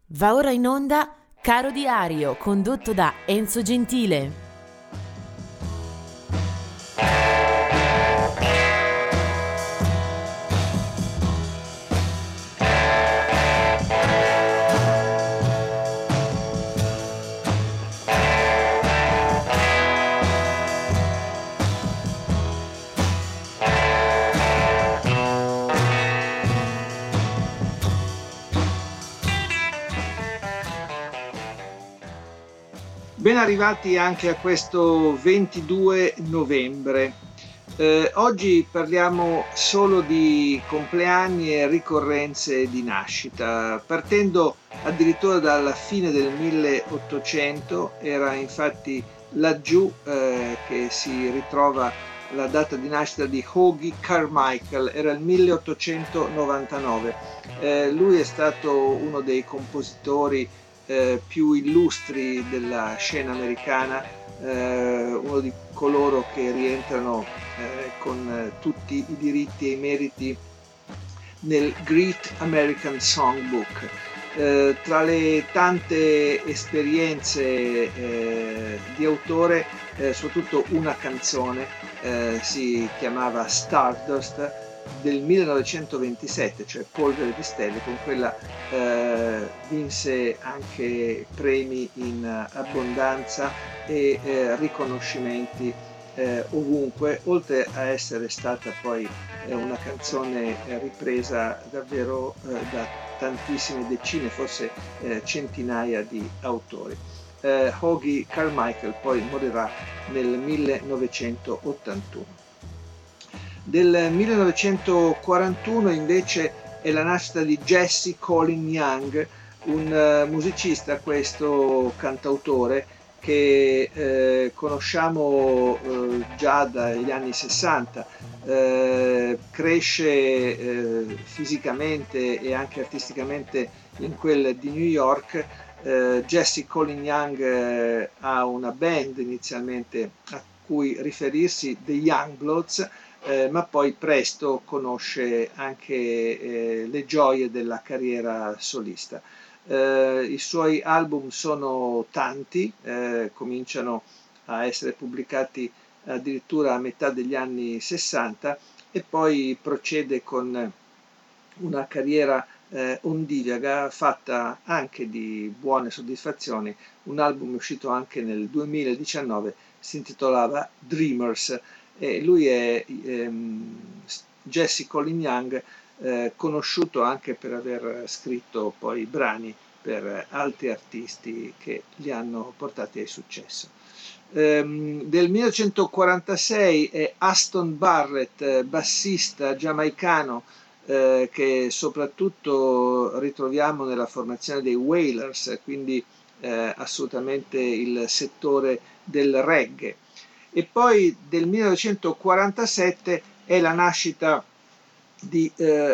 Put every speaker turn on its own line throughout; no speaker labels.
Va ora in onda Caro Diario, condotto da Enzo Gentile.
Ben arrivati anche a questo 22 novembre. Oggi parliamo solo di compleanni e ricorrenze di nascita, partendo addirittura dalla fine del 1800. Era infatti laggiù che si ritrova la data di nascita di Hoagy Carmichael, era il 1899. Lui è stato uno dei compositori più illustri della scena americana, uno di coloro che rientrano con tutti i diritti e i meriti nel Great American Songbook. Tra le tante esperienze di autore, soprattutto una canzone si chiamava Stardust del 1927, cioè Polvere di Stelle. Con quella vinse anche premi in abbondanza e riconoscimenti ovunque, oltre a essere stata poi una canzone ripresa davvero da tantissime decine, forse centinaia di autori. Hoagy Carmichael poi morirà nel 1981. Del 1941 invece è la nascita di Jesse Colin Young, un musicista, questo cantautore, che conosciamo già dagli anni 60. Cresce fisicamente e anche artisticamente in quel di New York. Jesse Colin Young ha una band inizialmente a cui riferirsi, The Youngbloods, ma poi presto conosce anche le gioie della carriera solista. I suoi album sono tanti, cominciano a essere pubblicati addirittura a metà degli anni 60 e poi procede con una carriera ondivaga, fatta anche di buone soddisfazioni. Un album uscito anche nel 2019 si intitolava Dreamers, e lui è Jesse Colin Young, conosciuto anche per aver scritto poi brani per altri artisti che li hanno portati al successo. Del 1946 è Aston Barrett, bassista giamaicano, che soprattutto ritroviamo nella formazione dei Wailers, quindi assolutamente il settore del reggae. E poi del 1947 è la nascita di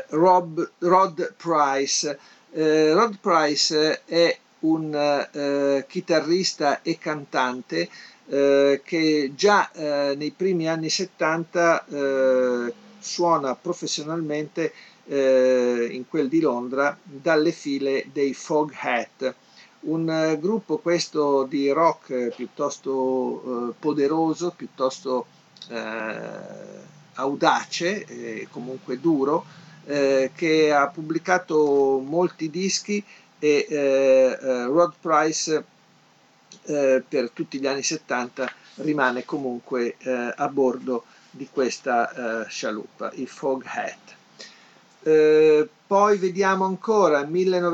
Rod Price. Rod Price è un chitarrista e cantante che già nei primi anni 70 suona professionalmente in quel di Londra dalle file dei Foghat, un gruppo questo di rock piuttosto poderoso, piuttosto audace e comunque duro, che ha pubblicato molti dischi, e Rod Price per tutti gli anni 70 rimane comunque a bordo di questa scialuppa, i Foghat. Poi vediamo ancora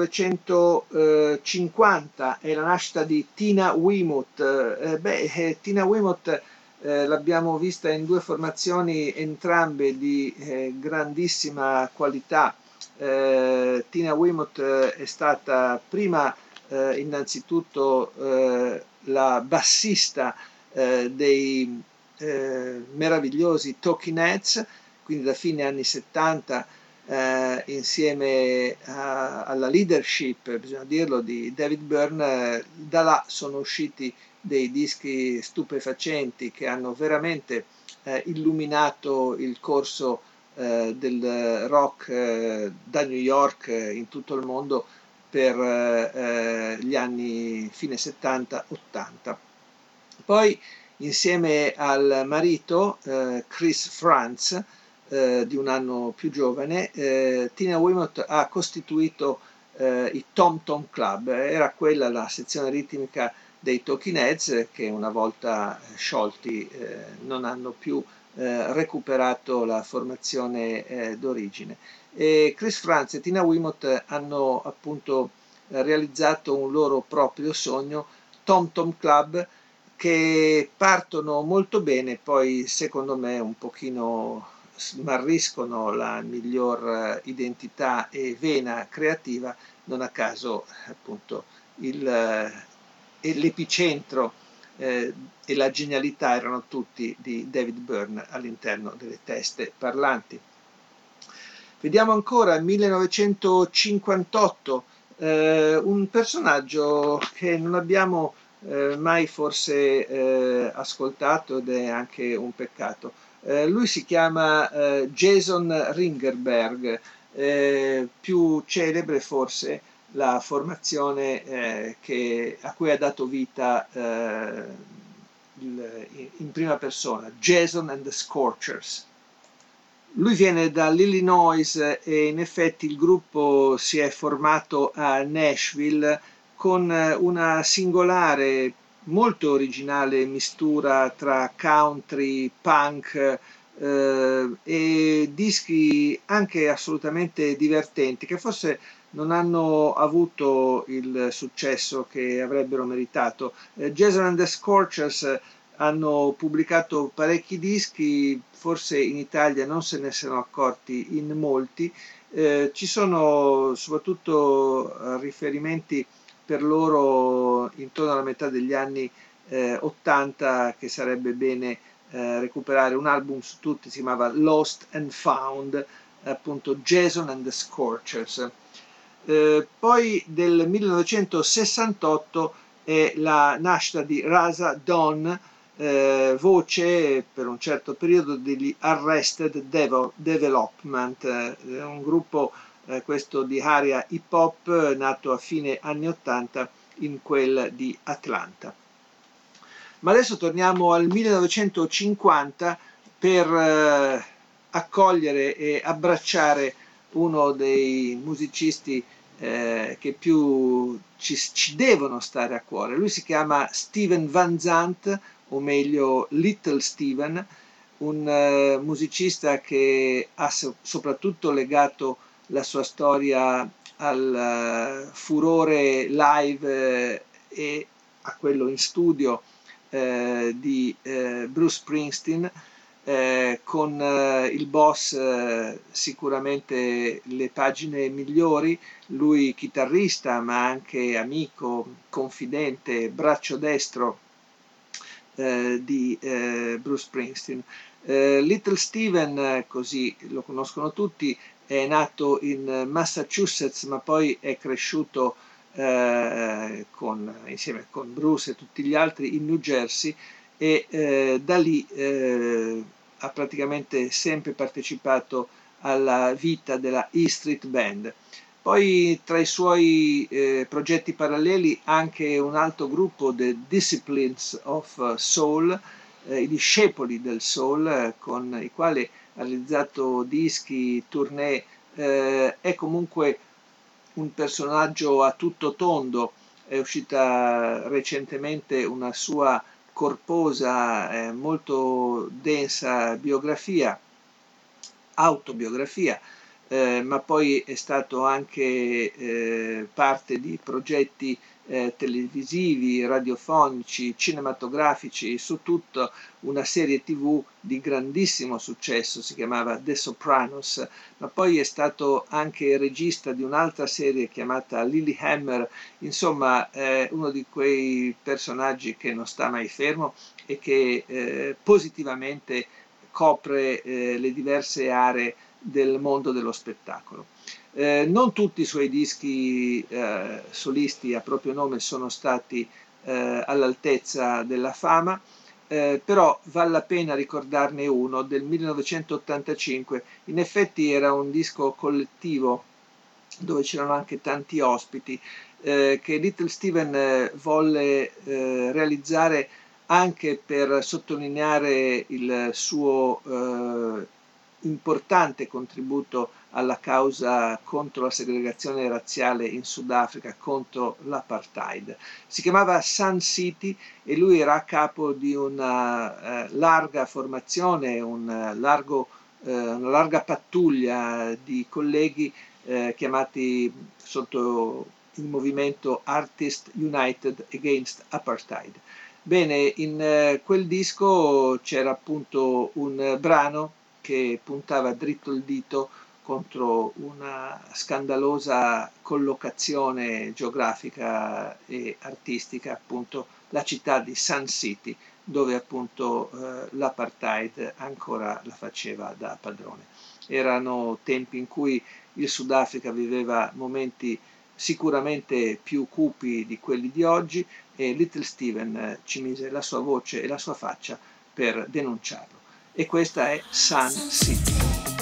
1950 è la nascita di Tina Weymouth. Tina Weymouth l'abbiamo vista in due formazioni, entrambe di grandissima qualità. Tina Weymouth è stata prima innanzitutto la bassista dei meravigliosi Talking Heads, quindi da fine anni 70, insieme alla leadership, bisogna dirlo, di David Byrne. Da là sono usciti dei dischi stupefacenti che hanno veramente illuminato il corso del rock da New York in tutto il mondo, per gli anni fine 70-80. Poi insieme al marito Chris Frantz, di un anno più giovane, Tina Weymouth ha costituito i Tom Tom Club. Era quella la sezione ritmica dei Talking Heads che una volta sciolti non hanno più recuperato la formazione d'origine. E Chris Frantz e Tina Weymouth hanno appunto realizzato un loro proprio sogno, Tom Tom Club, che partono molto bene, poi secondo me un pochino smarriscono la miglior identità e vena creativa, non a caso appunto l'epicentro e la genialità erano tutti di David Byrne all'interno delle teste parlanti. Vediamo ancora 1958, un personaggio che non abbiamo mai forse ascoltato ed è anche un peccato. Lui si chiama Jason Ringerberg, più celebre forse la formazione a cui ha dato vita in prima persona, Jason and the Scorchers. Lui viene dall'Illinois e in effetti il gruppo si è formato a Nashville con una singolare, molto originale mistura tra country, punk e dischi anche assolutamente divertenti che forse non hanno avuto il successo che avrebbero meritato. Jason and the Scorchers hanno pubblicato parecchi dischi, forse in Italia non se ne sono accorti in molti, ci sono soprattutto riferimenti per loro intorno alla metà degli anni 80 che sarebbe bene recuperare. Un album su tutti si chiamava Lost and Found, appunto Jason and the Scorchers. Poi del 1968 è la nascita di Rasa Dawn, voce per un certo periodo degli Arrested Development, un gruppo questo di area hip hop nato a fine anni 80 in quel di Atlanta. Ma adesso torniamo al 1950 per accogliere e abbracciare uno dei musicisti che più ci devono stare a cuore. Lui si chiama Steven Van Zandt, o meglio Little Steven, un musicista che ha soprattutto legato la sua storia al furore live e a quello in studio di Bruce Springsteen, con il boss sicuramente le pagine migliori, lui chitarrista ma anche amico, confidente, braccio destro di Bruce Springsteen. Little Steven, così lo conoscono tutti, è nato in Massachusetts ma poi è cresciuto insieme con Bruce e tutti gli altri in New Jersey e da lì ha praticamente sempre partecipato alla vita della E Street Band. Poi tra i suoi progetti paralleli anche un altro gruppo, The Disciplines of Soul, i discepoli del soul, con i quali ha realizzato dischi, tournée, è comunque un personaggio a tutto tondo. È uscita recentemente una sua corposa, molto densa biografia, autobiografia, ma poi è stato anche parte di progetti televisivi, radiofonici, cinematografici, su tutto una serie TV di grandissimo successo, si chiamava The Sopranos, ma poi è stato anche regista di un'altra serie chiamata Lilyhammer. Insomma, uno di quei personaggi che non sta mai fermo e che positivamente copre le diverse aree del mondo dello spettacolo. Non tutti i suoi dischi solisti a proprio nome sono stati all'altezza della fama, però vale la pena ricordarne uno del 1985. In effetti era un disco collettivo dove c'erano anche tanti ospiti, che Little Steven volle realizzare anche per sottolineare il suo importante contributo alla causa contro la segregazione razziale in Sudafrica, contro l'apartheid. Si chiamava Sun City e lui era a capo di una larga formazione, una larga pattuglia di colleghi chiamati sotto il movimento Artists United Against Apartheid. Bene, in quel disco c'era appunto un brano che puntava dritto il dito contro una scandalosa collocazione geografica e artistica, appunto la città di Sun City, dove appunto l'apartheid ancora la faceva da padrone. Erano tempi in cui il Sudafrica viveva momenti sicuramente più cupi di quelli di oggi e Little Steven ci mise la sua voce e la sua faccia per denunciarlo. E questa è Sun City.